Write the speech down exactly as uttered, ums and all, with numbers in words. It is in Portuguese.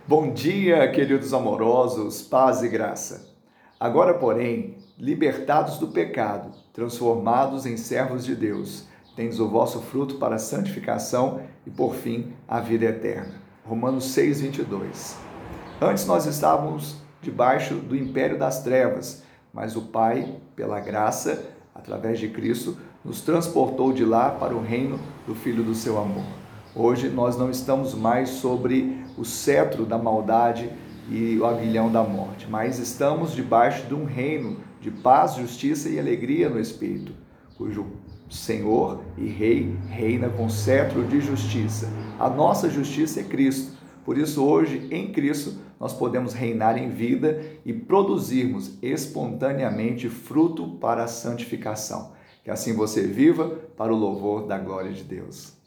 Bom dia, queridos amorosos, paz e graça. Agora, porém, libertados do pecado, transformados em servos de Deus, tendes o vosso fruto para a santificação e, por fim, a vida eterna. Romanos seis, vinte e dois. Antes nós estávamos debaixo do império das trevas, mas o Pai, pela graça, através de Cristo, nos transportou de lá para o reino do Filho do seu amor. Hoje nós não estamos mais sobre o cetro da maldade e o aguilhão da morte, mas estamos debaixo de um reino de paz, justiça e alegria no Espírito, cujo Senhor e Rei reina com cetro de justiça. A nossa justiça é Cristo. Por isso, hoje, em Cristo, nós podemos reinar em vida e produzirmos espontaneamente fruto para a santificação. Que assim você viva para o louvor da glória de Deus.